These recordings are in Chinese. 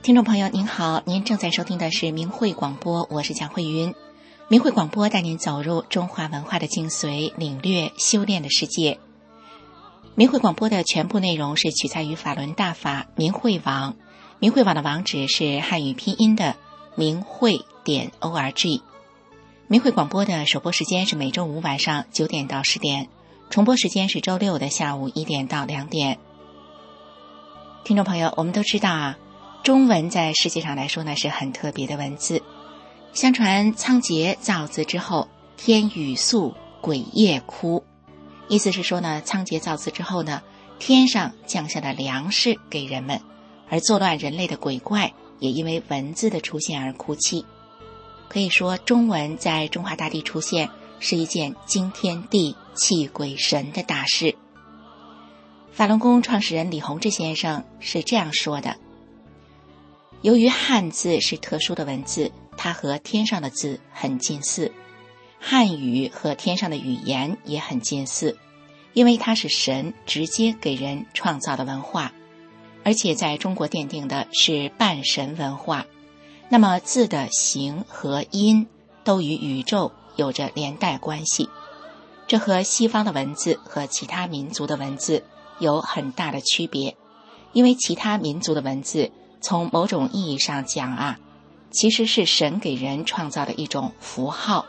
听众朋友您好，您正在收听的是明慧广播，我是蒋慧云。明慧广播带您走入中华文化的精髓，领略修炼的世界。明慧广播的全部内容是取材于法轮大法明慧网，明慧网的网址是汉语拼音的明慧.org。明慧广播的首播时间是每周五晚上9点到10点，重播时间是周六的下午1点到2点。听众朋友，我们都知道啊，中文在世界上来说呢是很特别的文字。相传仓颉造字之后，天雨粟，鬼夜哭。意思是说呢，仓颉造字之后呢，天上降下了粮食给人们，而作乱人类的鬼怪也因为文字的出现而哭泣。可以说，中文在中华大地出现是一件惊天地泣鬼神的大事。法轮功创始人李洪志先生是这样说的：由于汉字是特殊的文字，它和天上的字很近似，汉语和天上的语言也很近似，因为它是神直接给人创造的文化，而且在中国奠定的是半神文化。那么字的形和音都与宇宙有着连带关系，这和西方的文字和其他民族的文字有很大的区别。因为其他民族的文字从某种意义上讲啊，其实是神给人创造的一种符号。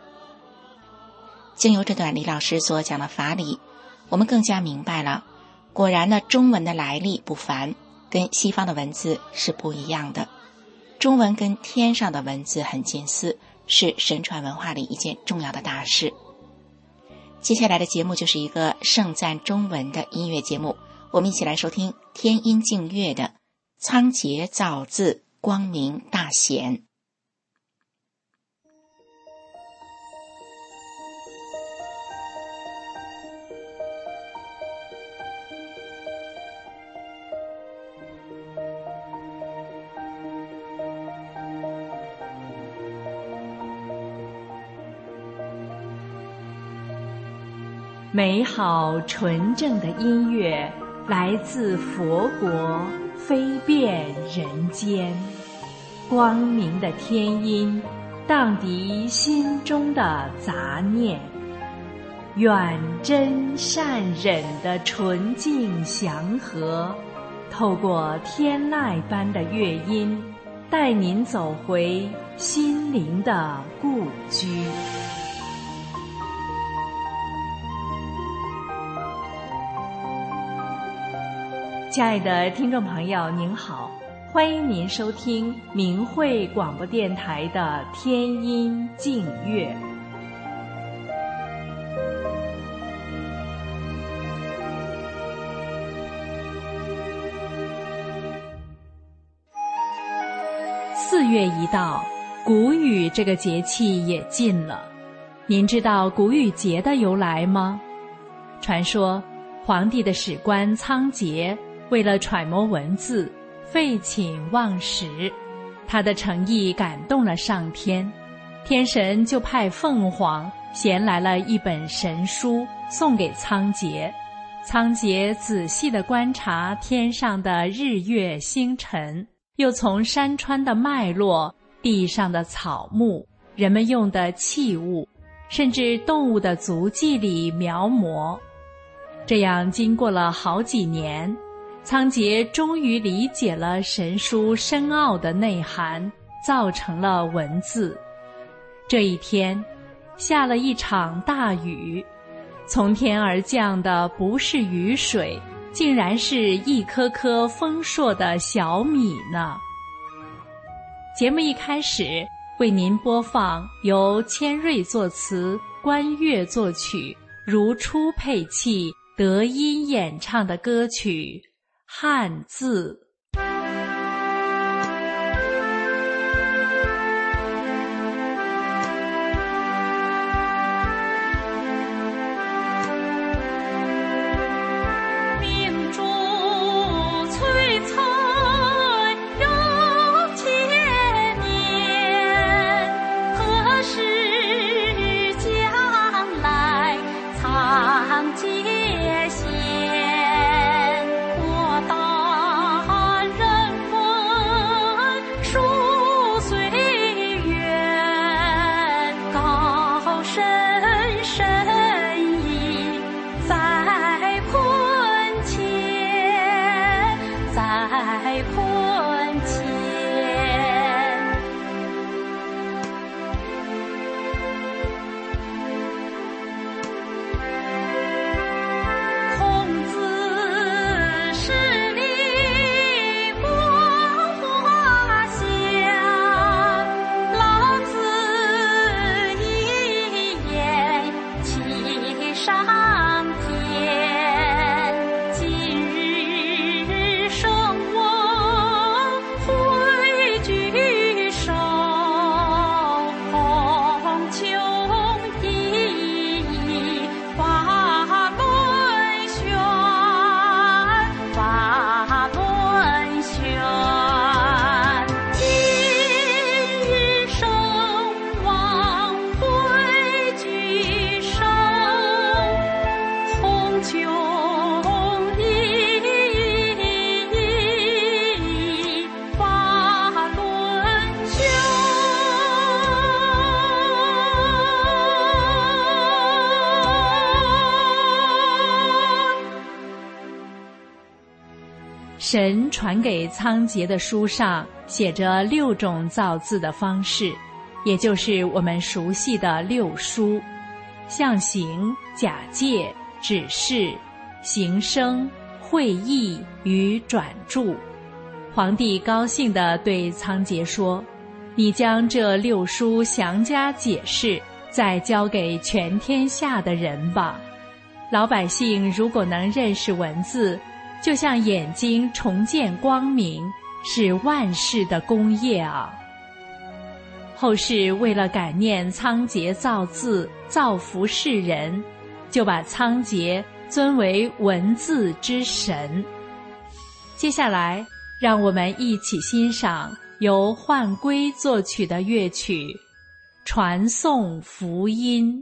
经由这段李老师所讲的法理，我们更加明白了，果然呢，中文的来历不凡，跟西方的文字是不一样的。中文跟天上的文字很近似，是神传文化里一件重要的大事。接下来的节目就是一个盛赞中文的音乐节目，我们一起来收听天音净乐的仓颉造字，光明大显。 美好纯正的音乐来自佛国，飞遍人间。光明的天音荡涤心中的杂念，愿真善忍的纯净祥和透过天籁般的乐音，带您走回心灵的故居。亲爱的听众朋友您好，欢迎您收听明慧广播电台的天音净乐。4月一到，谷雨这个节气也近了。您知道谷雨节的由来吗？传说皇帝的史官仓颉为了揣摩文字，废寝忘食，他的诚意感动了上天，天神就派凤凰衔来了一本神书送给仓颉。仓颉仔细地观察天上的日月星辰，又从山川的脉络、地上的草木、人们用的器物，甚至动物的足迹里描摹。这样经过了好几年，仓颉终于理解了神书深奥的内涵，造成了文字。这一天，下了一场大雨，从天而降的不是雨水，竟然是一颗颗丰硕的小米呢。节目一开始为您播放由千瑞作词、关悦作曲、如初配器、德音演唱的歌曲《汉字》。 接线，我到神传给仓颉的书上写着6种造字的方式，也就是我们熟悉的6书：象形、假借、指示、形声、会意与转注。皇帝高兴地对仓颉说：“你将这6书详加解释，再交给全天下的人吧。老百姓如果能认识文字，就像眼睛重见光明，是万世的功业啊。”后世为了感念仓颉造字造福世人，就把仓颉尊为文字之神。接下来让我们一起欣赏由焕圭作曲的乐曲《传颂福音》。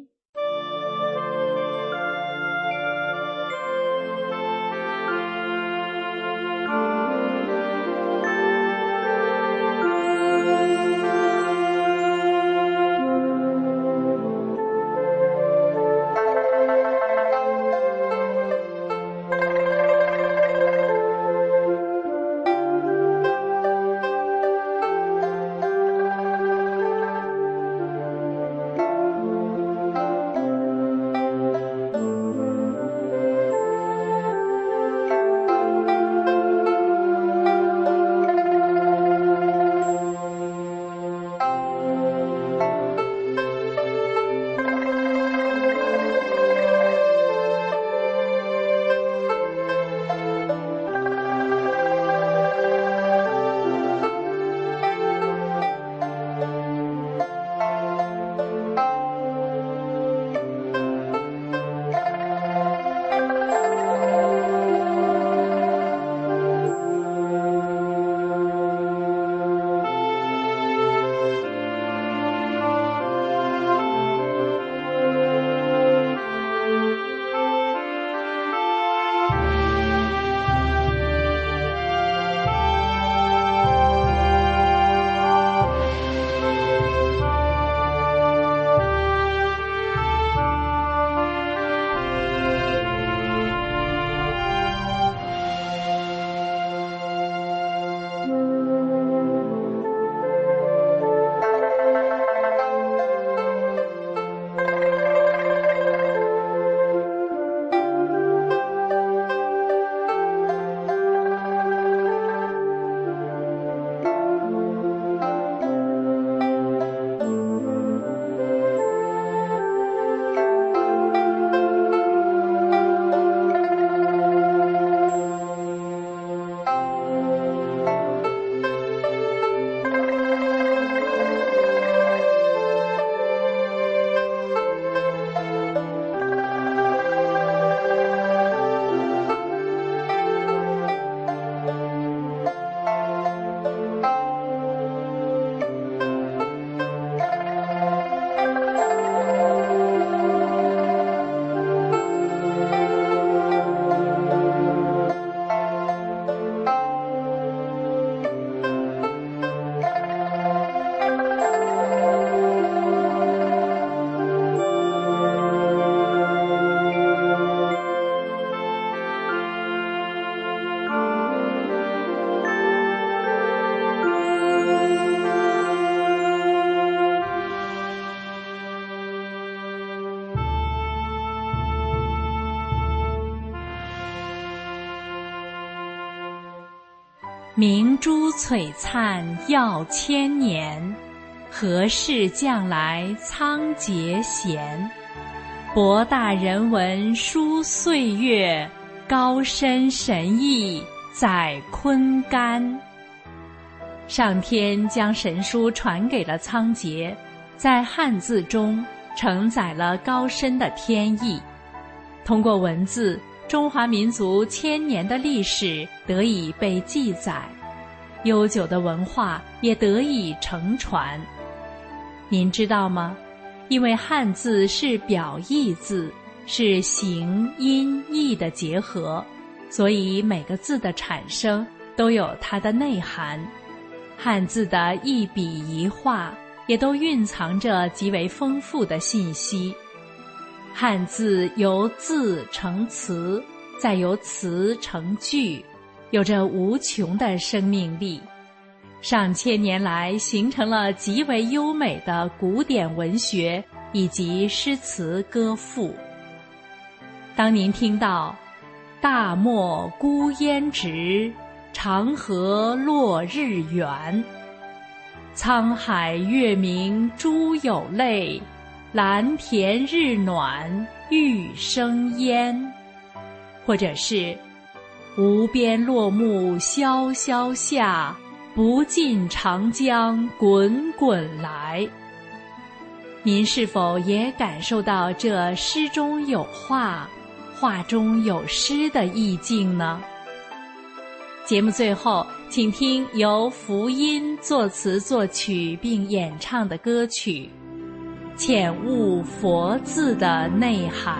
明珠璀璨耀千年，何事将来仓颉闲？博大人文书岁月，高深神意载坤干。上天将神书传给了仓颉，在汉字中承载了高深的天意。通过文字，中华民族千年的历史得以被记载，悠久的文化也得以承传。您知道吗？因为汉字是表意字，是形音义的结合，所以每个字的产生都有它的内涵。汉字的一笔一画也都蕴藏着极为丰富的信息。汉字由字成词，再由词成句，有着无穷的生命力。上千年来形成了极为优美的古典文学以及诗词歌赋。当您听到大漠孤烟直，长河落日圆，沧海月明珠有泪，蓝田日暖玉生烟，或者是无边落木萧萧下，不尽长江滚滚来。您是否也感受到这诗中有画，画中有诗的意境呢？节目最后，请听由福音作词作曲并演唱的歌曲《浅悟佛字的内涵》。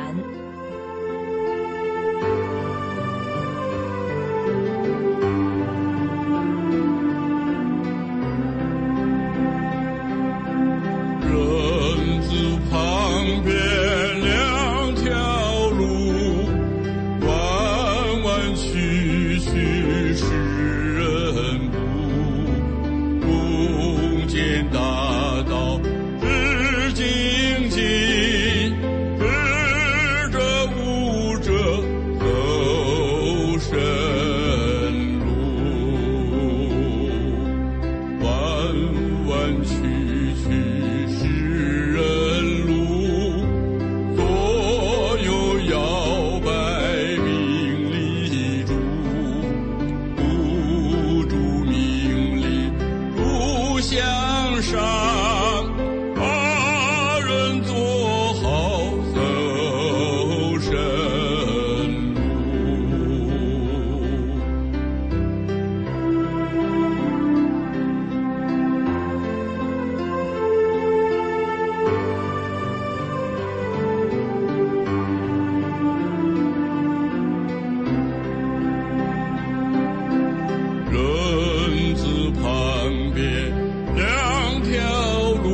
人字旁边两条路，弯弯曲曲是人步，中间大道是荆棘，指着舞者走深路，弯弯曲曲是人路，左右摇摆名利主，不住名利不向上，把人做好走深路。人字旁边两条路，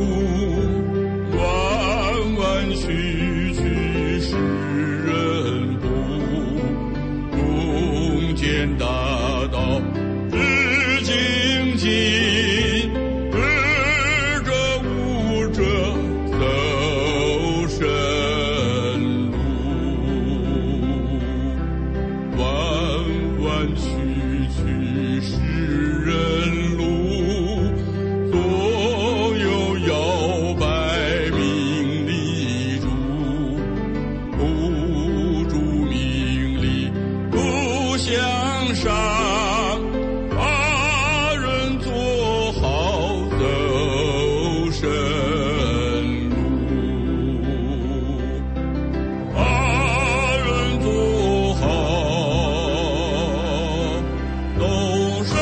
弯弯曲曲是人步，中间大道是荆棘，指着舞者走深路，弯弯曲曲是人路，左右摇摆名利主，不住名利不向上，把人做好走深路，把人做好走深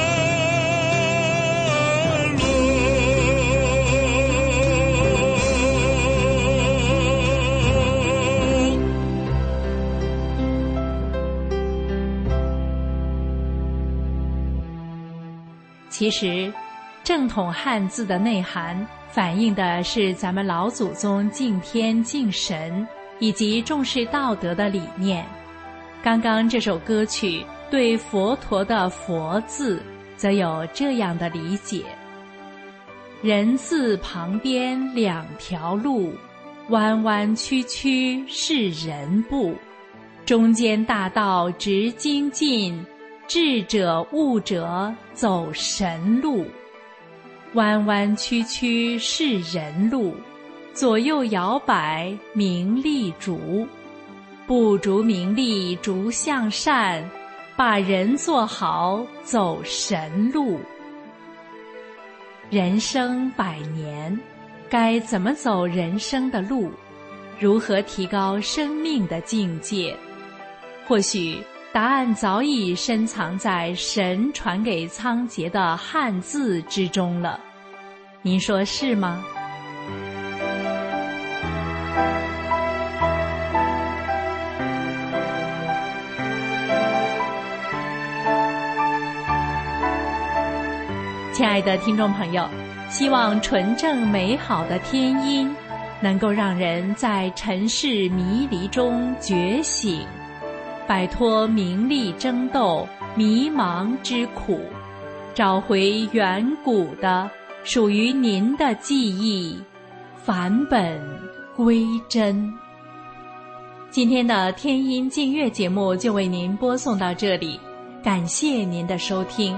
路。 其实，正统汉字的内涵反映的是咱们老祖宗敬天敬神以及重视道德的理念。刚刚这首歌曲对佛陀的佛字则有这样的理解：人字旁边两条路，弯弯曲曲是人步，中间大道直精进， 智者悟者走神路，弯弯曲曲是人路，左右摇摆名利逐，不逐名利逐向善，把人做好走神路。人生100年，该怎么走人生的路？如何提高生命的境界？或许答案早已深藏在神传给仓颉的汉字之中了。您说是吗？亲爱的听众朋友，希望纯正美好的天音能够让人在尘世迷离中觉醒，摆脱名利争斗迷茫之苦，找回远古的属于您的记忆，返本归真。今天的天音净月节目就为您播送到这里，感谢您的收听。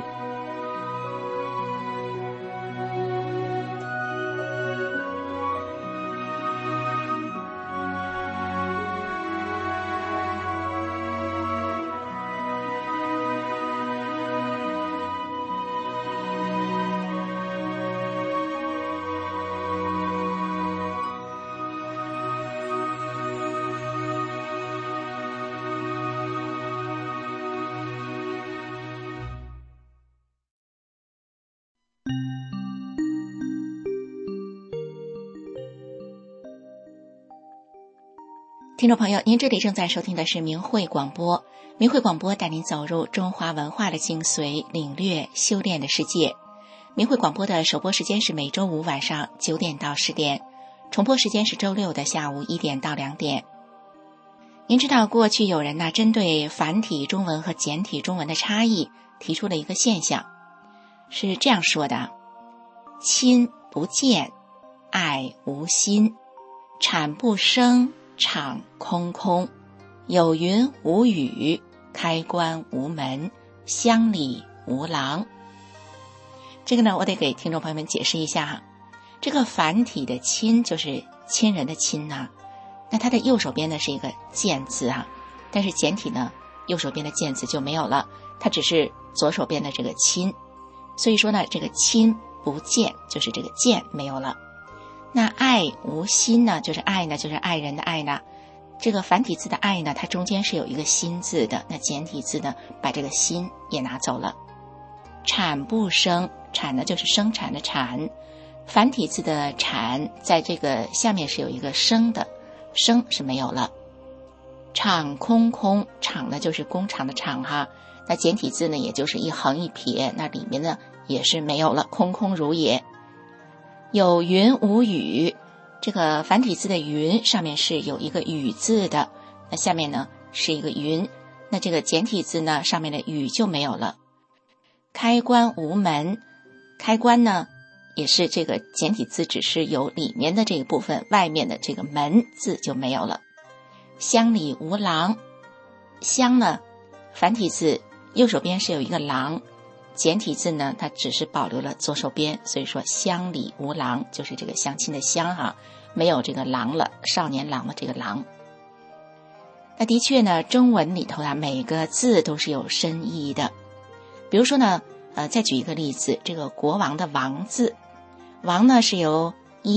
听众朋友，您这里正在收听的是明慧广播。明慧广播带您走入中华文化的精髓，领略修炼的世界。明慧广播的首播时间是每周五晚上9点到10点，重播时间是周六的下午1点到2点。您知道过去有人呢针对繁体中文和简体中文的差异提出了一个现象，是这样说的：亲不见，爱无心，产不生，场空空，有云无语，开关无门，乡里无郎。这个呢我得给听众朋友们解释一下哈。这个繁体的亲就是亲人的亲呐，那它的右手边呢是一个见字啊，但是简体呢右手边的见字就没有了，它只是左手边的这个亲，所以说呢这个亲不见就是这个见没有了。那爱无心呢，就是爱呢就是爱人的爱呢，这个繁体字的爱呢它中间是有一个心字的，那简体字呢把这个心也拿走了。产不生，产呢就是生产的产，繁体字的产在这个下面是有一个生的，生是没有了。场空空，场呢就是工厂的厂哈，那简体字呢也就是一横一撇，那里面呢也是没有了，空空如也。有云无语，这个繁体字的云上面是有一个雨字的，那下面呢是一个云，那这个简体字呢上面的雨就没有了。开关无门，开关呢也是这个简体字只是有里面的这一部分，外面的这个门字就没有了。乡里无郎，乡呢繁体字右手边是有一个郎，简体字呢它只是保留了左手边，所以说乡里无郎就是这个相亲的乡哈，没有这个郎了，少年郎的这个郎。那的确呢中文里头啊每个字都是有深意的。比如说呢再举一个例子，这个国王的王字，王呢是由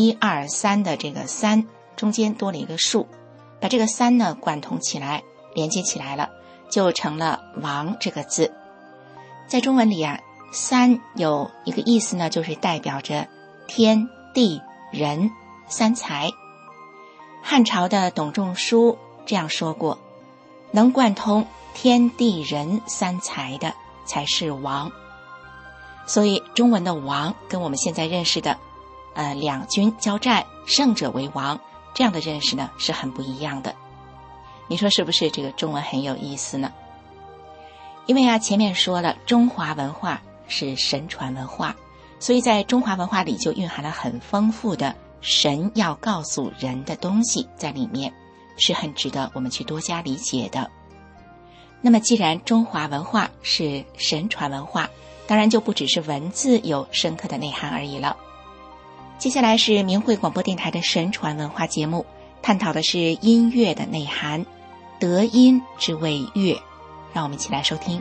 1、2、3的这个3中间多了一个竖，把这个3呢贯通起来连接起来了，就成了王这个字。在中文里啊3有一个意思呢，就是代表着天地人三才。汉朝的董仲舒这样说过，能贯通天地人三才的才是王。所以中文的王跟我们现在认识的两军交战胜者为王这样的认识呢是很不一样的。你说是不是这个中文很有意思呢？因为前面说了中华文化是神传文化，所以在中华文化里就蕴含了很丰富的神要告诉人的东西在里面，是很值得我们去多加理解的。 那么既然中华文化是神传文化，当然就不只是文字有深刻的内涵而已了。接下来是明慧广播电台的神传文化节目，探讨的是音乐的内涵，德音之谓乐，让我们一起来收听。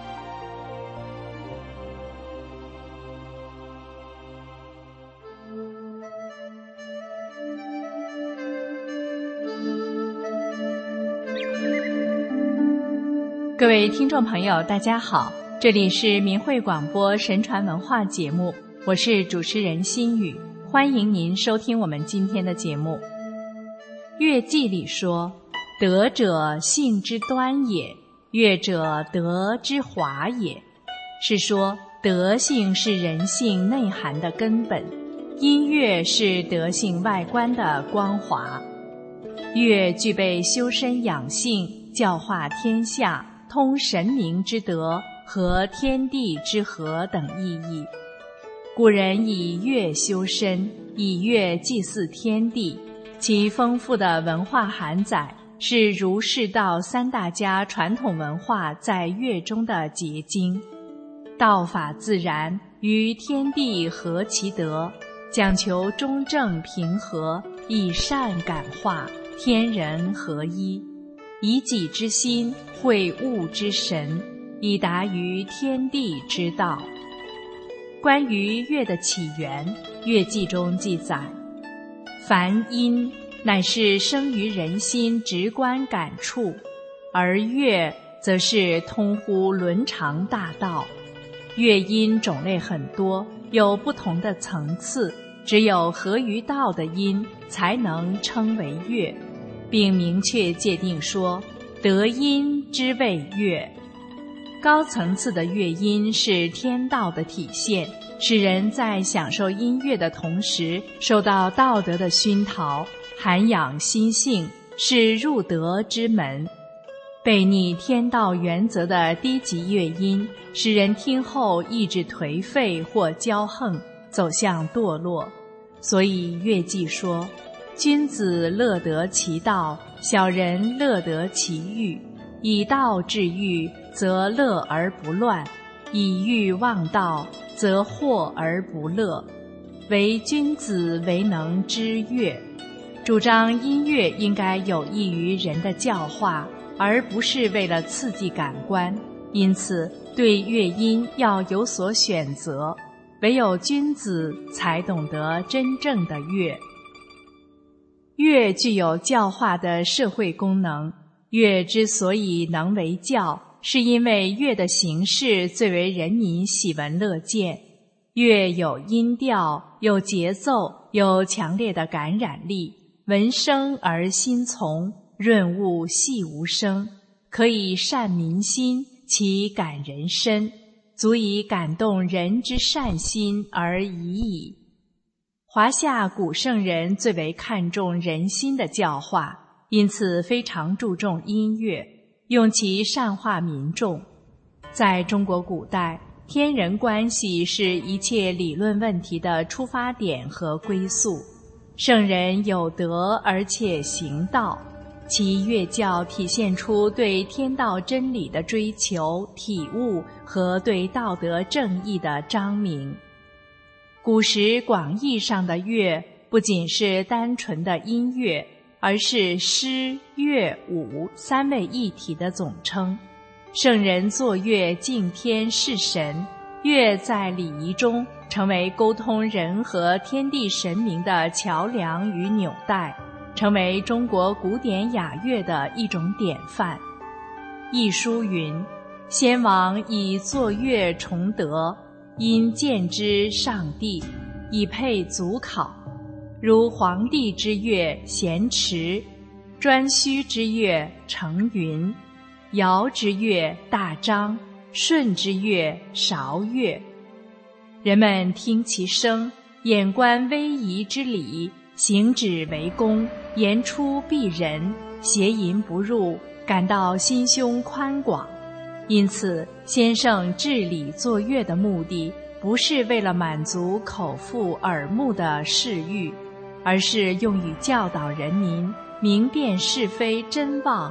各位听众朋友，大家好，这里是明慧广播神传文化节目，我是主持人心语，欢迎您收听我们今天的节目。乐记里说，德者性之端也，乐者德之华也，是说德性是人性内涵的根本，音乐是德性外观的光华。乐具备修身养性、教化天下、通神明之德和天地之和等意义。古人以乐修身，以乐祭祀天地，其丰富的文化涵载是儒释道三大家传统文化在乐中的结晶。道法自然，于天地合其德，讲求中正平和，以善感化，天人合一，以己之心会物之神，以达于天地之道。关于乐的起源，乐记中记载，凡音乃是生于人心直观感触，而乐则是通乎伦常大道。乐音种类很多，有不同的层次，只有合于道的音才能称为乐，并明确界定说，德音之谓乐。高层次的乐音是天道的体现，使人在享受音乐的同时受到道德的熏陶，涵养心性，是入德之门。背逆天道原则的低级乐音，使人听后意志颓废或骄横，走向堕落。所以乐记说，君子乐得其道，小人乐得其欲。以道治欲，则乐而不乱；以欲忘道，则惑而不乐。唯君子为能知乐，主张音乐应该有益于人的教化，而不是为了刺激感官。因此，对乐音要有所选择，唯有君子才懂得真正的乐。乐具有教化的社会功能，乐之所以能为教，是因为乐的形式最为人民喜闻乐见。乐有音调，有节奏，有强烈的感染力，闻声而心从，润物细无声，可以善民心，其感人深，足以感动人之善心而已矣。华夏古圣人最为看重人心的教化，因此非常注重音乐，用其善化民众。在中国古代，天人关系是一切理论问题的出发点和归宿。圣人有德而且行道，其乐教体现出对天道真理的追求、体悟和对道德正义的彰明。古时广义上的乐，不仅是单纯的音乐，而是诗、乐、舞三位一体的总称。圣人作乐敬天事神，乐在礼仪中成为沟通人和天地神明的桥梁与纽带，成为中国古典雅乐的一种典范。一书云，先王以作乐崇德，因见之上帝，以配祖考。如黄帝之乐咸池，颛顼之乐成云，尧之乐大章，舜之乐韶乐。人们听其声，眼观威仪之礼，行止为恭，言出必人，邪淫不入，感到心胸宽广。因此，先生治理作乐的目的，不是为了满足口腹耳目的嗜欲，而是用于教导人民明辨是非真妄，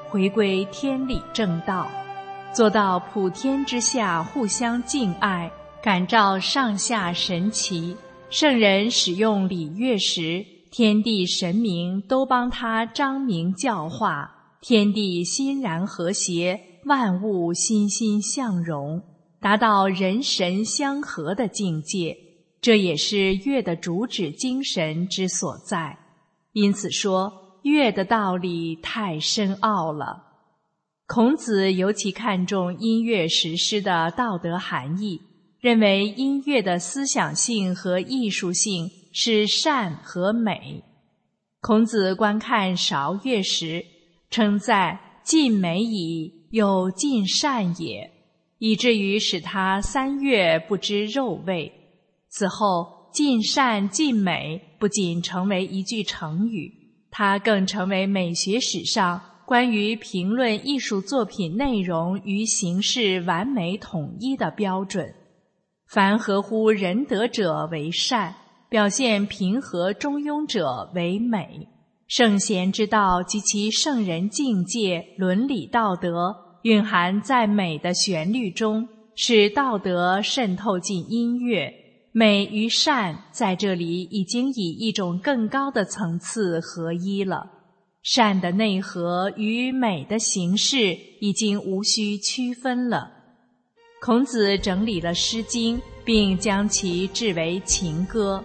回归天理正道，做到普天之下互相敬爱，感召上下神奇。圣人使用礼乐时，天地神明都帮他彰明教化，天地欣然和谐，万物欣欣向荣，达到人神相合的境界。这也是乐的主旨精神之所在。因此说，乐的道理太深奥了。孔子尤其看重音乐实施的道德含义，认为音乐的思想性和艺术性是善和美。孔子观看韶乐时，称赞尽美矣，又尽善也，以至于使他三乐不知肉味。此后，尽善尽美不仅成为一句成语，它更成为美学史上关于评论艺术作品内容与形式完美统一的标准。凡合乎仁德者为善，表现平和中庸者为美。圣贤之道及其圣人境界、伦理道德蕴含在美的旋律中，使道德渗透进音乐。美与善在这里已经以一种更高的层次合一了，善的内核与美的形式已经无需区分了。孔子整理了《诗经》，并将其制为情歌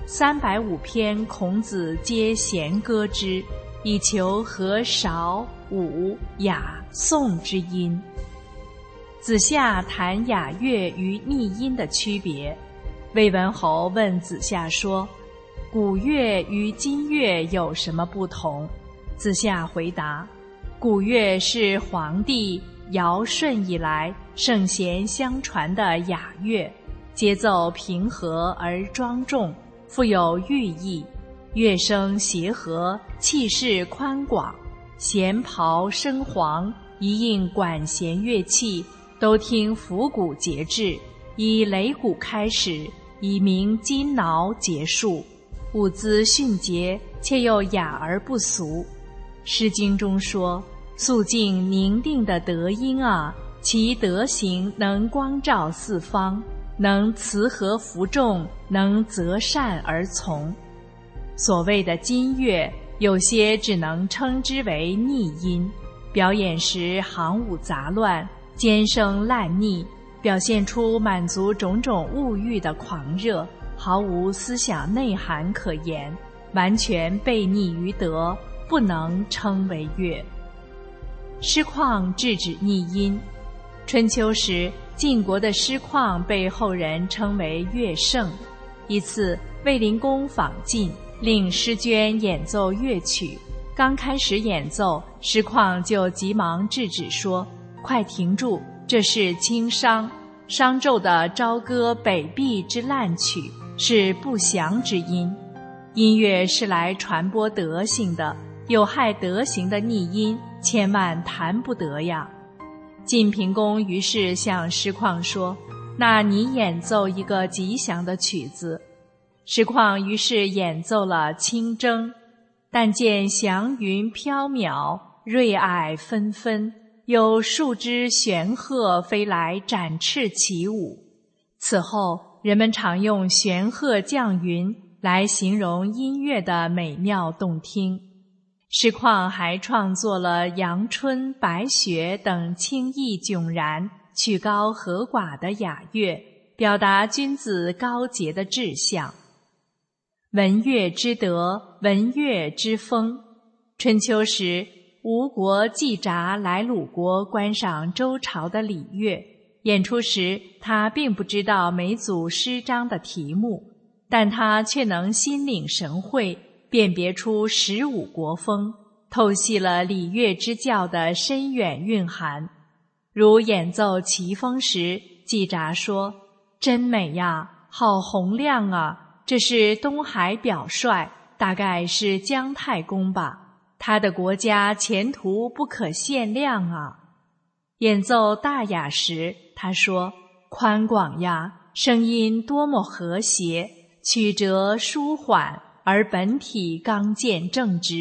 ，350篇孔子皆弦歌之，以求和韶、武、雅、颂之音。子夏谈雅乐与逆音的区别。魏文侯问子夏说：“古乐与今乐有什么不同？”子夏回答：“古乐是黄帝、尧舜以来圣贤相传的雅乐，节奏平和而庄重，富有寓意，乐声协和，气势宽广，弦袍声黄，一应管弦乐器，都听府鼓节制，以擂鼓开始，以鸣金铙结束，舞姿迅捷，且又雅而不俗。”诗经中说：“肃静宁定的德音啊，其德行能光照四方，能辞和服众，能择善而从。”所谓的今乐，有些只能称之为逆音，表演时行舞杂乱，尖声滥逆，表现出满足种种物欲的狂热，毫无思想内涵可言，完全背逆于德，不能称为乐。师旷制止逆音。春秋时，晋国的师旷被后人称为乐圣。一次，卫灵公访晋，令师娟演奏乐曲。刚开始演奏，师旷就急忙制止说：“快停住！这是轻商，商纣的朝歌北壁之烂曲，是不祥之音。音乐是来传播德行的，有害德行的逆音，千万弹不得呀。”晋平公于是向师旷说：“那你演奏一个吉祥的曲子。”师旷于是演奏了清筝，但见祥云飘渺，瑞霭纷纷，有数只玄鹤飞来展翅起舞。此后，人们常用玄鹤降云来形容音乐的美妙动听。师旷还创作了阳春、白雪等清逸迥然、曲高和寡的雅乐，表达君子高洁的志向。文乐之德，文乐之风。春秋时，吴国季札来鲁国观赏周朝的礼乐，演出时他并不知道每组诗章的题目，但他却能心领神会，辨别出15国风，透析了礼乐之教的深远蕴含。如演奏齐风时，季札说：“真美呀，好洪亮啊！这是东海表率，大概是姜太公吧。他的国家前途不可限量啊。”演奏大雅时，他说：“宽广呀，声音多么和谐，曲折舒缓，而本体刚健正直，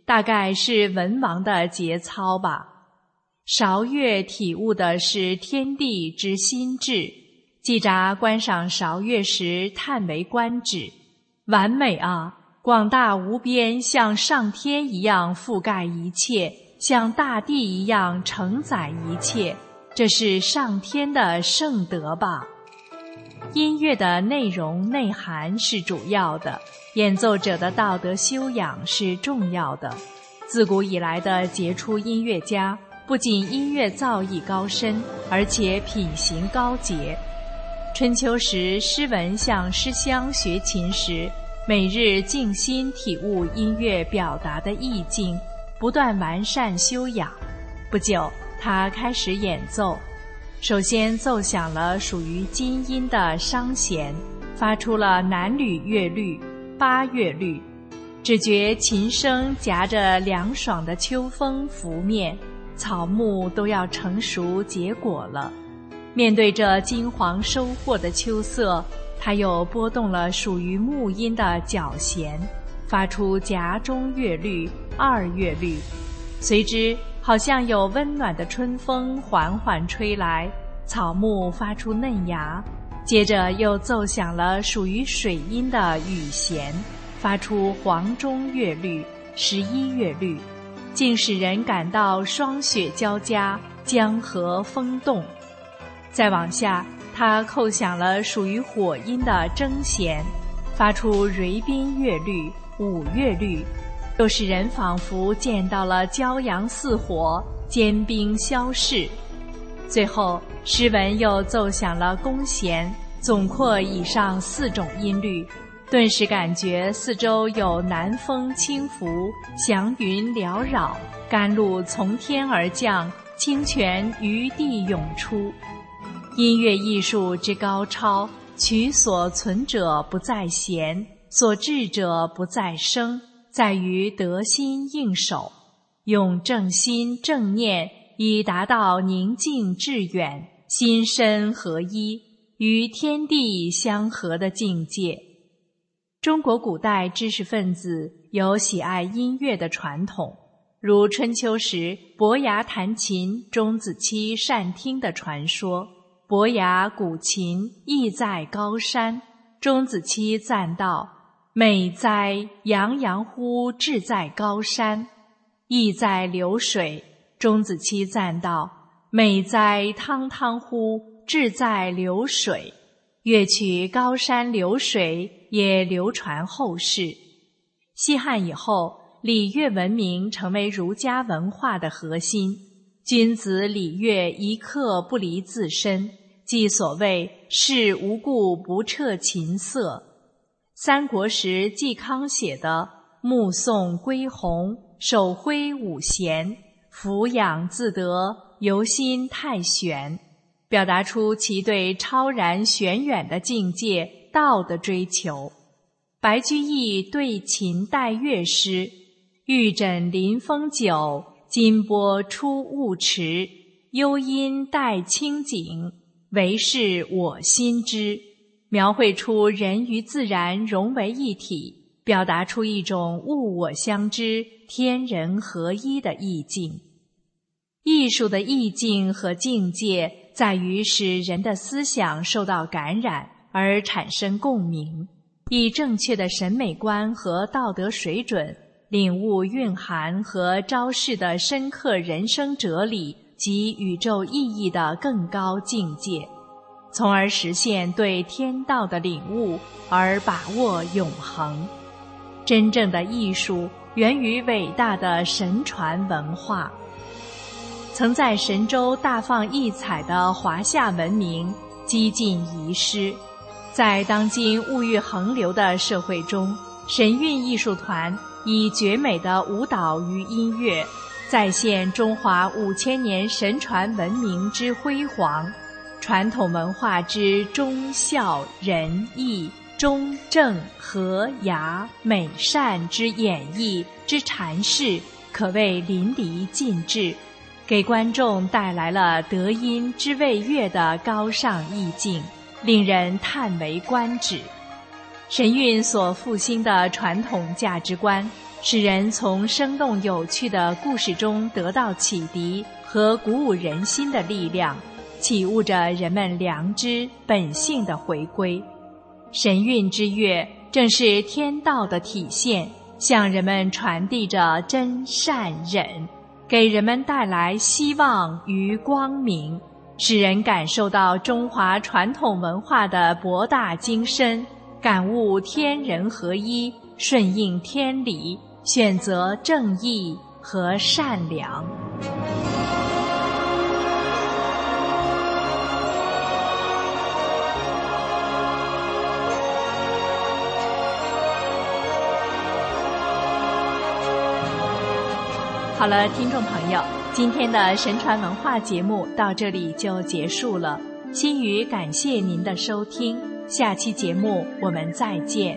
大概是文王的节操吧。韶乐体悟的是天地之心志，季札观赏韶乐时叹为观止，完美啊！广大无边，像上天一样覆盖一切，像大地一样承载一切，这是上天的圣德吧。音乐的内容内涵是主要的，演奏者的道德修养是重要的。自古以来的杰出音乐家，不仅音乐造诣高深，而且品行高洁。春秋时，诗文向诗乡学琴时，每日静心体悟音乐表达的意境，不断完善修养。不久，他开始演奏。首先奏响了属于金音的商弦，发出了南吕乐律、八乐律，只觉琴声夹着凉爽的秋风拂面，草木都要成熟结果了。面对着金黄收获的秋色，他又拨动了属于木音的角弦，发出夹中乐律、二乐律，随之好像有温暖的春风缓缓吹来，草木发出嫩芽。接着又奏响了属于水音的羽弦，发出黄中乐律、十一乐律，竟使人感到霜雪交加，江河风动。再往下，他扣响了属于火音的筝弦，发出蕤宾乐律、五乐律，又使人仿佛见到了骄阳似火，坚冰消逝。最后，诗文又奏响了弓弦，总括以上4种音律，顿时感觉四周有南风轻拂，祥云缭绕，甘露从天而降，清泉于地涌出。音乐艺术之高超，取所存者不在弦，所至者不在声，在于得心应手，用正心正念，以达到宁静致远、心身合一、与天地相合的境界。中国古代知识分子有喜爱音乐的传统，如春秋时伯牙弹琴，钟子期善听的传说。伯牙鼓琴，意在高山，钟子期赞道：美哉，洋洋乎志在高山。意在流水，钟子期赞道：美哉，汤汤乎志在流水。乐曲高山流水也流传后世。西汉以后，礼乐文明成为儒家文化的核心，君子礼乐一刻不离自身，即所谓事无故不彻琴瑟。三国时季康写的目送归鸿，手挥五弦，俯仰自得，由心太玄，表达出其对超然玄远的境界道的追求。白居易对琴代乐诗：玉枕临风酒，金波出雾池，幽音带清景，唯是我心知。描绘出人与自然融为一体，表达出一种物我相知、天人合一的意境。艺术的意境和境界在于使人的思想受到感染而产生共鸣，以正确的审美观和道德水准领悟蕴含和昭示的深刻人生哲理及宇宙意义的更高境界，从而实现对天道的领悟而把握永恒。真正的艺术源于伟大的神传文化。曾在神州大放异彩的华夏文明几近遗失。在当今物欲横流的社会中，神韵艺术团以绝美的舞蹈与音乐，再现中华5000年神传文明之辉煌，传统文化之忠孝仁义、忠正和雅美善之演绎之阐释，可谓淋漓尽致，给观众带来了德音之谓乐的高尚意境，令人叹为观止。神韵所复兴的传统价值观， 使人从生动有趣的故事中得到启迪和鼓舞人心的力量，启悟着人们良知本性的回归。神韵之乐正是天道的体现，向人们传递着真善忍，给人们带来希望与光明，使人感受到中华传统文化的博大精深，感悟天人合一，顺应天理，选择正义和善良。好了，听众朋友，今天的神传文化节目到这里就结束了。心语感谢您的收听，下期节目我们再见。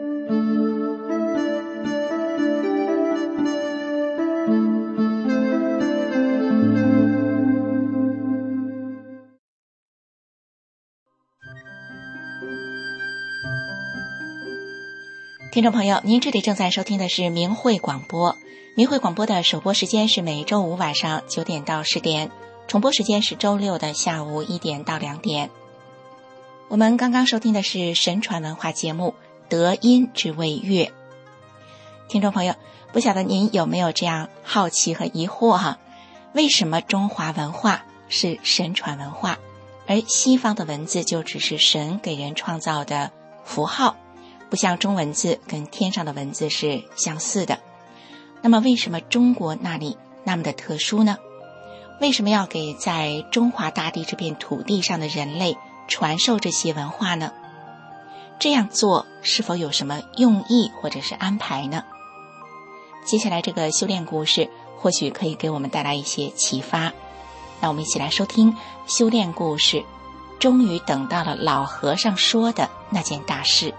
听众朋友，您这里正在收听的是明慧广播。明慧广播的首播时间是每周五晚上9点到10点，重播时间是周六的下午1点到2点。我们刚刚收听的是神传文化节目《德音之谓乐》。听众朋友，不晓得您有没有这样好奇和疑惑哈？为什么中华文化是神传文化，而西方的文字就只是神给人创造的符号，不像中文字跟天上的文字是相似的？那么为什么中国那里那么的特殊呢？为什么要给在中华大地这片土地上的人类传授这些文化呢？这样做是否有什么用意或者是安排呢？接下来这个修炼故事或许可以给我们带来一些启发。那我们一起来收听修炼故事，终于等到了老和尚说的那件大事。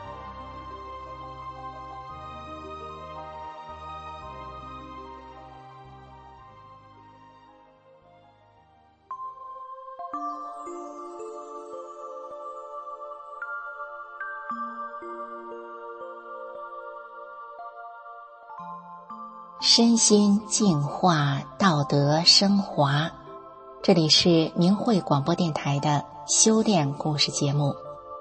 身心净化，道德升华。这里是明慧广播电台的修炼故事节目。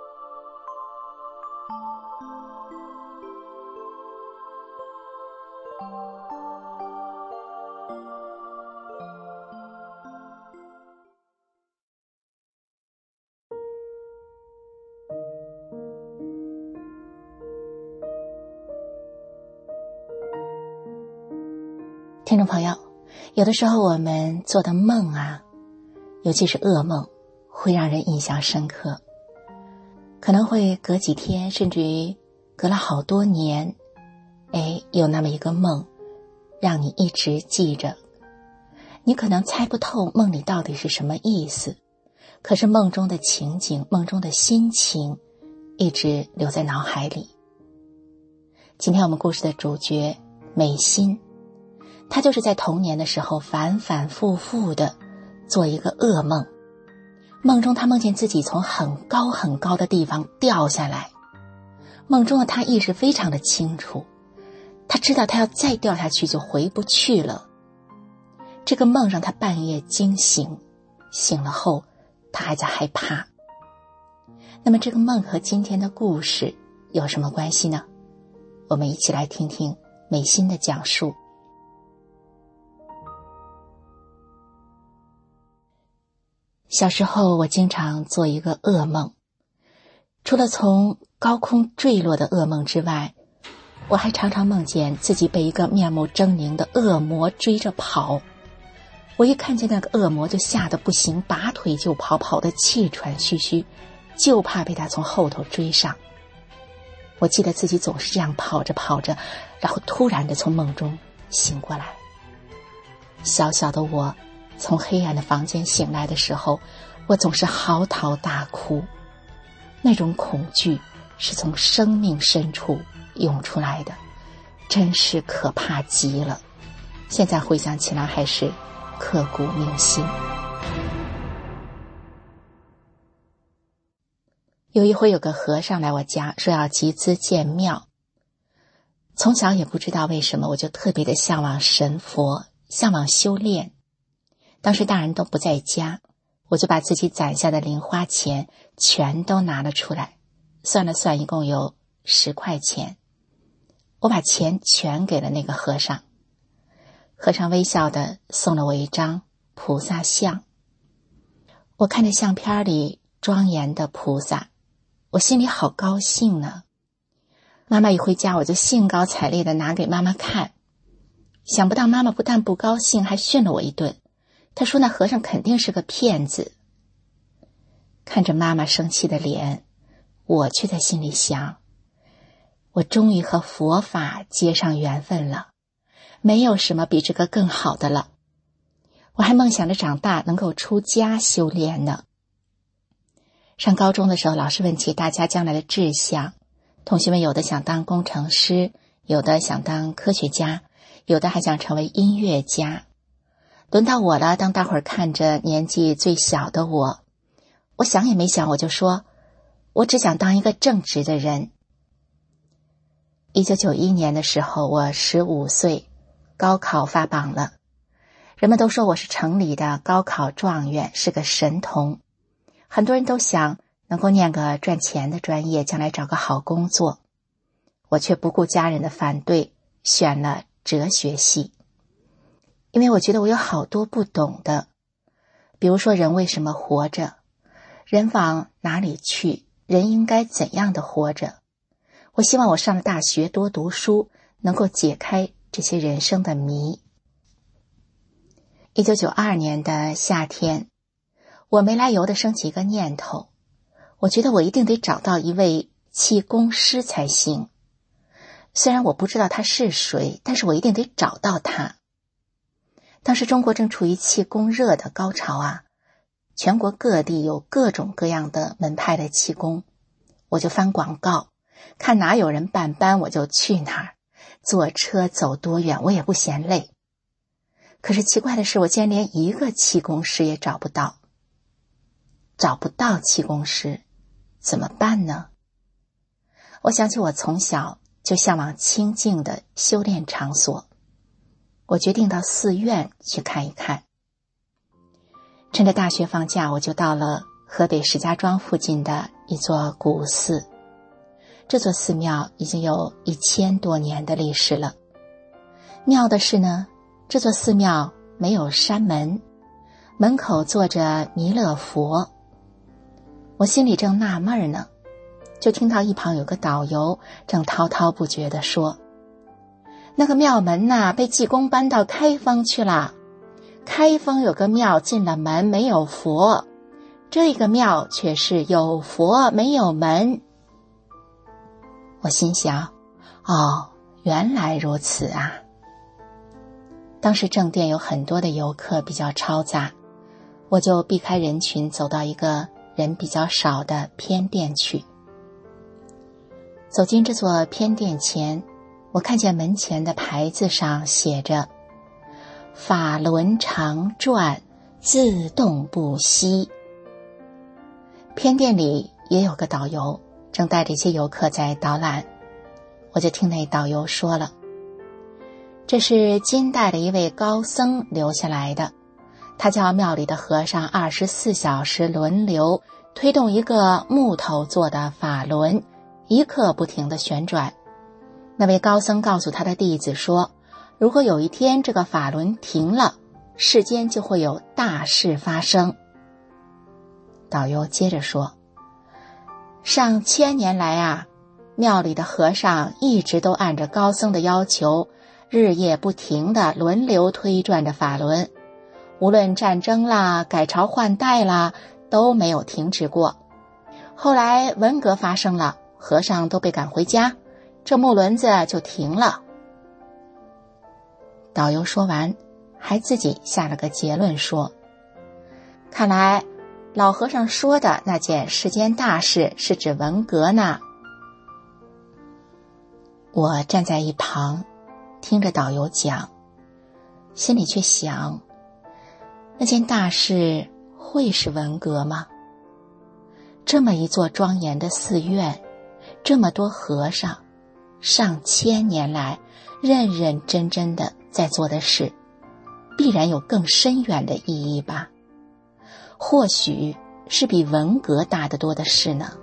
听众朋友，有的时候我们做的梦啊，尤其是噩梦，会让人印象深刻，可能会隔几天，甚至于隔了好多年，有那么一个梦让你一直记着。你可能猜不透梦里到底是什么意思，可是梦中的情景，梦中的心情一直留在脑海里。今天我们故事的主角美心，他就是在童年的时候反反复复的做一个噩梦，梦中他梦见自己从很高很高的地方掉下来，梦中的他意识非常的清楚，他知道他要再掉下去就回不去了。这个梦让他半夜惊醒，醒了后他还在害怕。那么这个梦和今天的故事有什么关系呢？我们一起来听听美心的讲述。小时候我经常做一个噩梦，除了从高空坠落的噩梦之外，我还常常梦见自己被一个面目狰狞的恶魔追着跑。我一看见那个恶魔就吓得不行，拔腿就跑，跑得气喘吁吁，就怕被他从后头追上。我记得自己总是这样跑着跑着，然后突然的从梦中醒过来。小小的我从黑暗的房间醒来的时候，我总是嚎啕大哭，那种恐惧是从生命深处涌出来的，真是可怕极了。现在回想起来还是刻骨铭心。有一回有个和尚来我家，说要集资建庙。 从小也不知道为什么，我就特别的向往神佛，向往修炼。当时大人都不在家，我就把自己攒下的零花钱全都拿了出来，算了算一共有10块钱。我把钱全给了那个和尚，和尚微笑地送了我一张菩萨像。我看着相片里庄严的菩萨，我心里好高兴呢。妈妈一回家，我就兴高采烈地拿给妈妈看。想不到妈妈不但不高兴，还训了我一顿。她说那和尚肯定是个骗子。看着妈妈生气的脸，我却在心里想，我终于和佛法结上缘分了，没有什么比这个更好的了。我还梦想着长大能够出家修炼呢。上高中的时候，老师问起大家将来的志向，同学们有的想当工程师，有的想当科学家，有的还想成为音乐家。轮到我了，当大伙儿看着年纪最小的我想也没想，我就说，我只想当一个正直的人。1991年的时候，我15岁，高考发榜了。人们都说我是城里的高考状元，是个神童。很多人都想能够念个赚钱的专业，将来找个好工作。我却不顾家人的反对，选了哲学系。因为我觉得我有好多不懂的，比如说人为什么活着，人往哪里去，人应该怎样的活着。我希望我上了大学多读书，能够解开这些人生的谜。1992年的夏天，我没来由地升起一个念头，我觉得我一定得找到一位气功师才行。虽然我不知道他是谁，但是我一定得找到他。当时中国正处于气功热的高潮啊，全国各地有各种各样的门派的气功，我就翻广告，看哪有人办班我就去哪儿，坐车走多远我也不嫌累。可是奇怪的是，我竟然连一个气功师也找不到。找不到气功师，怎么办呢？我想起我从小就向往清静的修炼场所，我决定到寺院去看一看。趁着大学放假，我就到了河北石家庄附近的一座古寺。这座寺庙已经有1000多年的历史了。妙的是呢，这座寺庙没有山门，门口坐着弥勒佛。我心里正纳闷呢，就听到一旁有个导游正滔滔不绝地说，那个庙门呐，被济公搬到开封去了。开封有个庙进了门没有佛，这个庙却是有佛没有门。我心想，哦，原来如此啊。当时正殿有很多的游客，比较嘈杂，我就避开人群，走到一个人比较少的偏殿去。走进这座偏殿前，我看见门前的牌子上写着法轮常转，自动不息。偏殿里也有个导游，正带着一些游客在导览。我就听那导游说了，这是金代的一位高僧留下来的，他叫庙里的和尚24小时轮流推动一个木头做的法轮，一刻不停地旋转。那位高僧告诉他的弟子说，如果有一天这个法轮停了，世间就会有大事发生。导游接着说，上千年来啊，庙里的和尚一直都按着高僧的要求，日夜不停地轮流推转着法轮，无论战争啦、改朝换代啦，都没有停止过。后来文革发生了，和尚都被赶回家，这木轮子就停了。导游说完，还自己下了个结论说，看来老和尚说的那件世间大事是指文革呢。我站在一旁听着导游讲，心里却想，那件大事会是文革吗？这么一座庄严的寺院，这么多和尚， 上千年来认认真真的在做的事，必然有更深远的意义吧，或许是比文革大得多的事呢。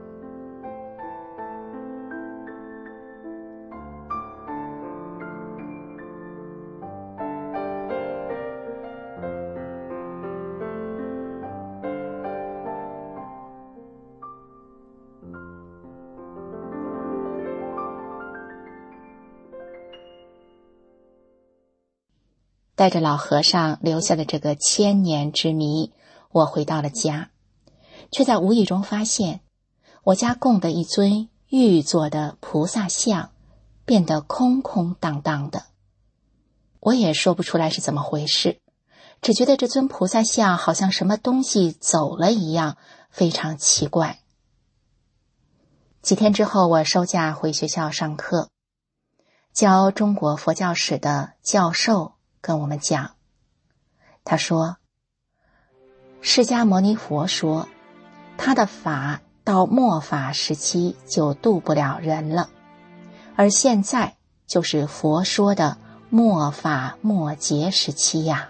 带着老和尚留下的这个千年之谜，我回到了家，却在无意中发现我家供的一尊玉做的菩萨像变得空空荡荡的。我也说不出来是怎么回事，只觉得这尊菩萨像好像什么东西走了一样，非常奇怪。几天之后，我收假回学校上课，教中国佛教史的教授跟我们讲，他说，释迦牟尼佛说，他的法到末法时期就度不了人了，而现在就是佛说的末法末劫时期呀。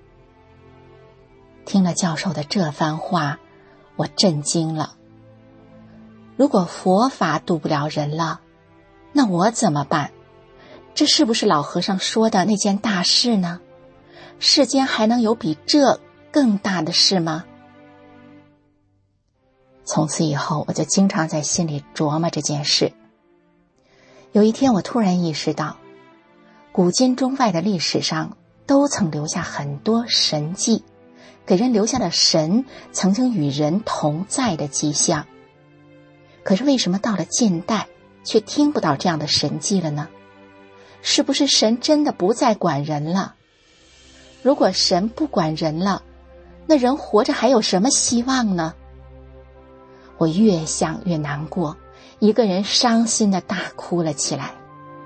听了教授的这番话，我震惊了。如果佛法度不了人了，那我怎么办？这是不是老和尚说的那件大事呢？世间还能有比这更大的事吗？从此以后，我就经常在心里琢磨这件事。有一天，我突然意识到，古今中外的历史上都曾留下很多神迹，给人留下了神曾经与人同在的迹象。可是为什么到了近代，却听不到这样的神迹了呢？是不是神真的不再管人了？如果神不管人了，那人活着还有什么希望呢？我越想越难过，一个人伤心地大哭了起来。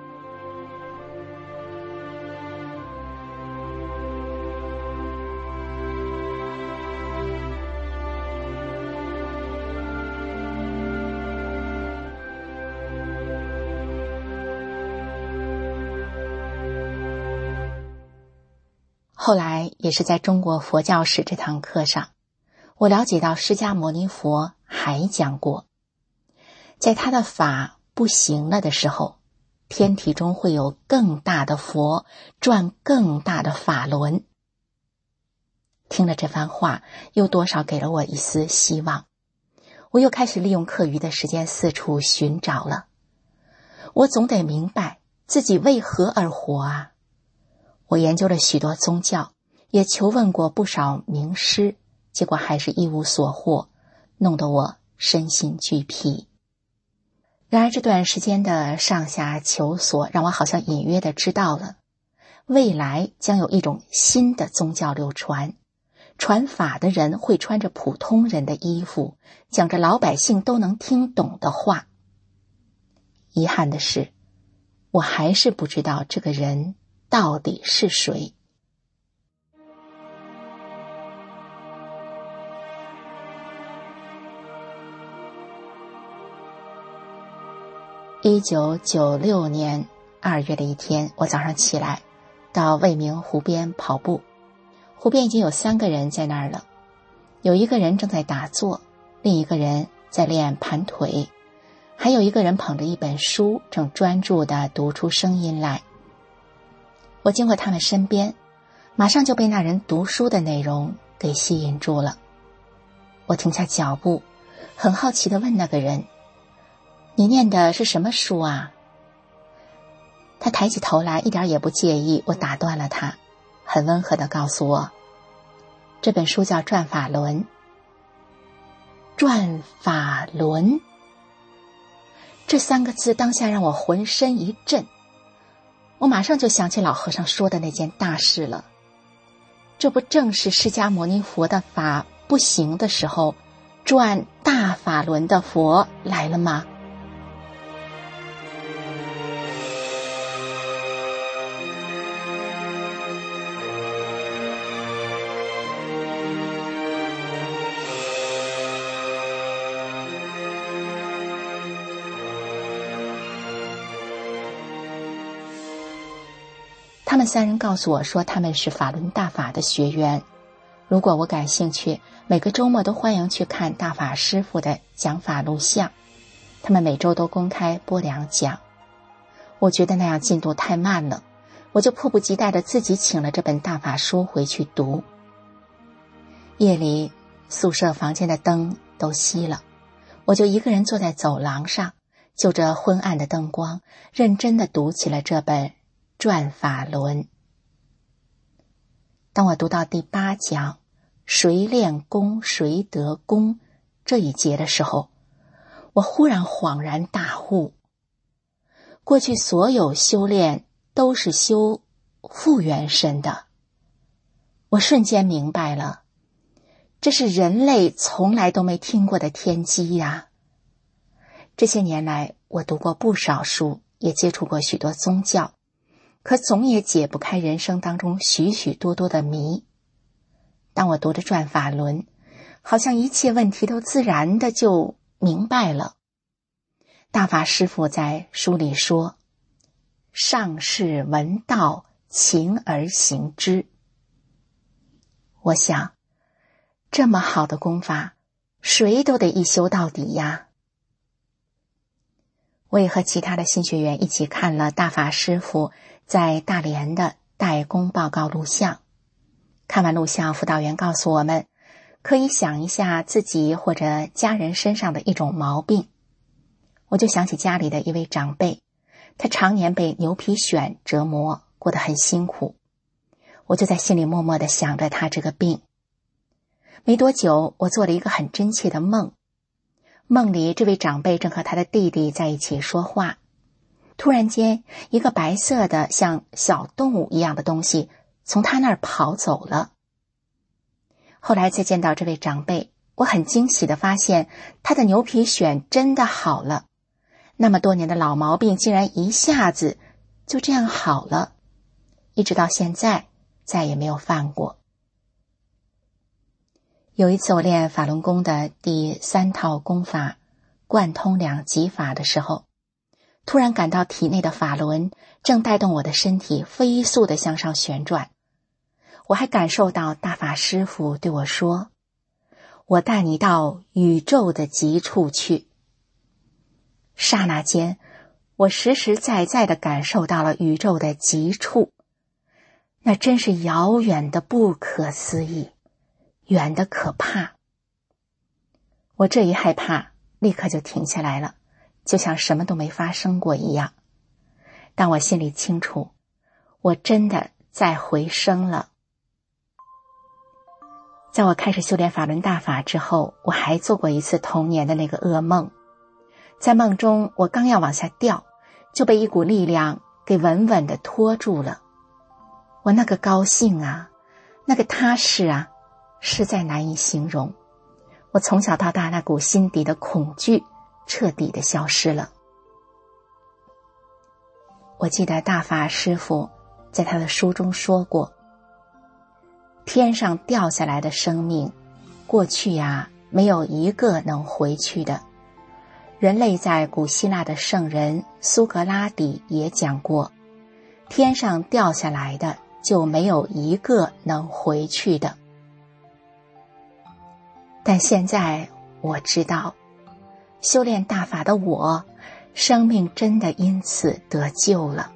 后来也是在中国佛教史这堂课上，我了解到释迦牟尼佛还讲过，在他的法不行了的时候，天体中会有更大的佛转更大的法轮。听了这番话，又多少给了我一丝希望。我又开始利用课余的时间四处寻找了。我总得明白自己为何而活啊！我研究了许多宗教，也求问过不少名师，结果还是一无所获，弄得我身心俱疲。然而这段时间的上下求索，让我好像隐约地知道了，未来将有一种新的宗教流传，传法的人会穿着普通人的衣服，讲着老百姓都能听懂的话。遗憾的是，我还是不知道这个人到底是谁。1996年2月的一天，我早上起来到未名湖边跑步，湖边已经有3个人在那儿了，有一个人正在打坐，另一个人在练盘腿，还有一个人捧着一本书，正专注地读出声音来。我经过他们身边，马上就被那人读书的内容给吸引住了。我停下脚步，很好奇地问那个人，你念的是什么书啊？他抬起头来，一点也不介意我打断了他，很温和地告诉我，这本书叫《转法轮》。转法轮，这3个字当下让我浑身一震。我马上就想起老和尚说的那件大事了，这不正是释迦牟尼佛的法不行的时候，转大法轮的佛来了吗？ 他们3人告诉我说他们是法轮大法的学员，如果我感兴趣，每个周末都欢迎去看大法师父的讲法录像，他们每周都公开播2讲。我觉得那样进度太慢了，我就迫不及待地自己请了这本大法书回去读。夜里宿舍房间的灯都熄了，我就一个人坐在走廊上，就着昏暗的灯光，认真地读起了这本《转法轮》。当我读到第8讲谁练功谁得功这一节的时候，我忽然恍然大悟，过去所有修炼都是修复原身的。我瞬间明白了，这是人类从来都没听过的天机呀。这些年来，我读过不少书，也接触过许多宗教，可总也解不开人生当中许许多多的谜。当我读着《转法轮》，好像一切问题都自然的就明白了。大法师父在书里说，上士闻道，勤而行之。我想，这么好的功法，谁都得一修到底呀。我也和其他的新学员一起看了大法师父在大连的代工报告录像。看完录像，辅导员告诉我们，可以想一下自己或者家人身上的一种毛病。我就想起家里的一位长辈，他常年被牛皮癣折磨，过得很辛苦。我就在心里默默地想着他这个病。没多久，我做了一个很真切的梦。梦里这位长辈正和他的弟弟在一起说话，突然间一个白色的像小动物一样的东西从他那儿跑走了。后来再见到这位长辈，我很惊喜地发现他的牛皮癣真的好了，那么多年的老毛病竟然一下子就这样好了，一直到现在再也没有犯过。有一次我练法轮功的第3套功法贯通2极法的时候，突然感到体内的法轮正带动我的身体飞速地向上旋转。我还感受到大法师父对我说，我带你到宇宙的极处去。刹那间，我实实在在地感受到了宇宙的极处，那真是遥远的不可思议，远的可怕。我这一害怕，立刻就停下来了，就像什么都没发生过一样。但我心里清楚，我真的在回升了。在我开始修炼法轮大法之后，我还做过一次童年的那个噩梦。在梦中，我刚要往下掉，就被一股力量给稳稳地拖住了。我那个高兴啊，那个踏实啊，实在难以形容。我从小到大那股心底的恐惧彻底地消失了。我记得大法师父在他的书中说过，天上掉下来的生命，过去呀，没有一个能回去的。人类在古希腊的圣人苏格拉底也讲过，天上掉下来的就没有一个能回去的。但现在我知道，修炼大法的我，生命真的因此得救了。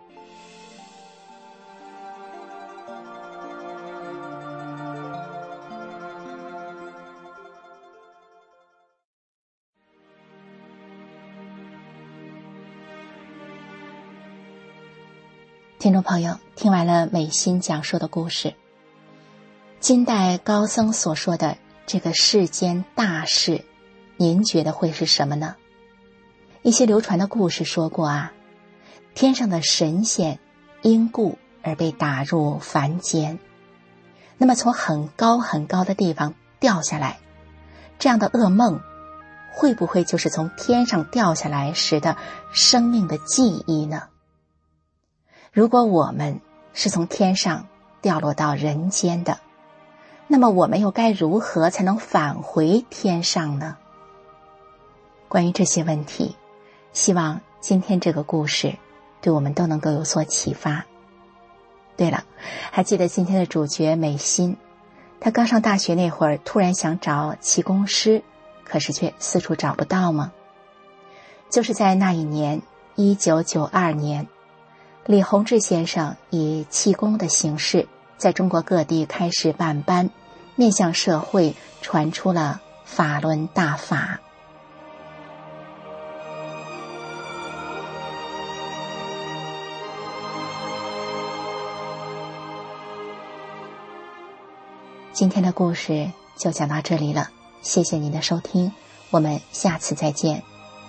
听众朋友，听完了美心讲述的故事，金代高僧所说的这个世间大事，您觉得会是什么呢？一些流传的故事说过啊，天上的神仙因故而被打入凡间，那么从很高很高的地方掉下来，这样的噩梦会不会就是从天上掉下来时的生命的记忆呢？如果我们是从天上掉落到人间的，那么我们又该如何才能返回天上呢？关于这些问题，希望今天这个故事对我们都能够有所启发。 对了，还记得今天的主角美心，她刚上大学那会儿突然想找气功师，可是却四处找不到吗？就是在那一年1992年，李洪志先生以气功的形式在中国各地开始办班，面向社会传出了法轮大法。今天的故事就讲到这里了，谢谢您的收听，我们下次再见。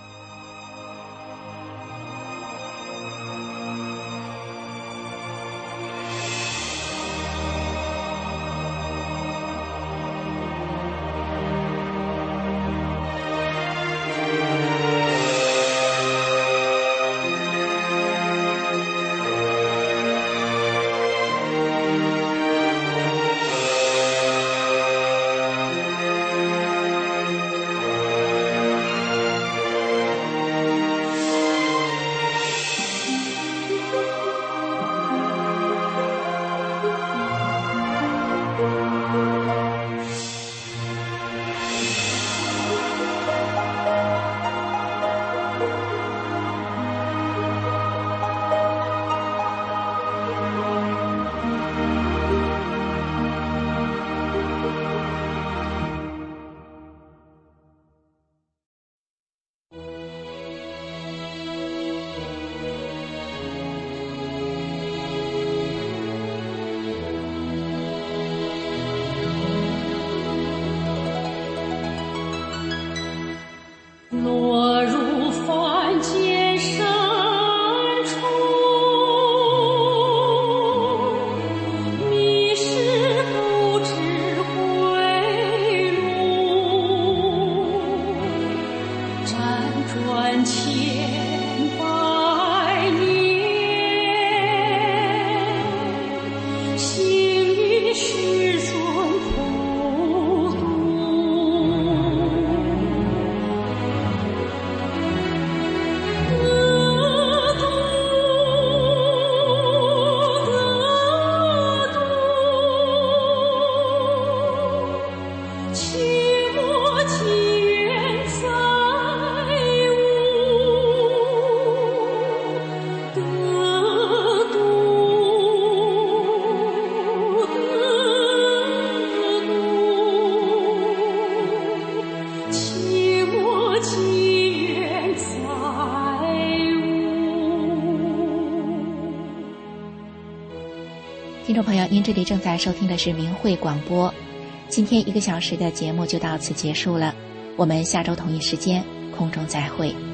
听众朋友，您这里正在收听的是明慧广播，今天1个小时的节目就到此结束了，我们下周同一时间空中再会。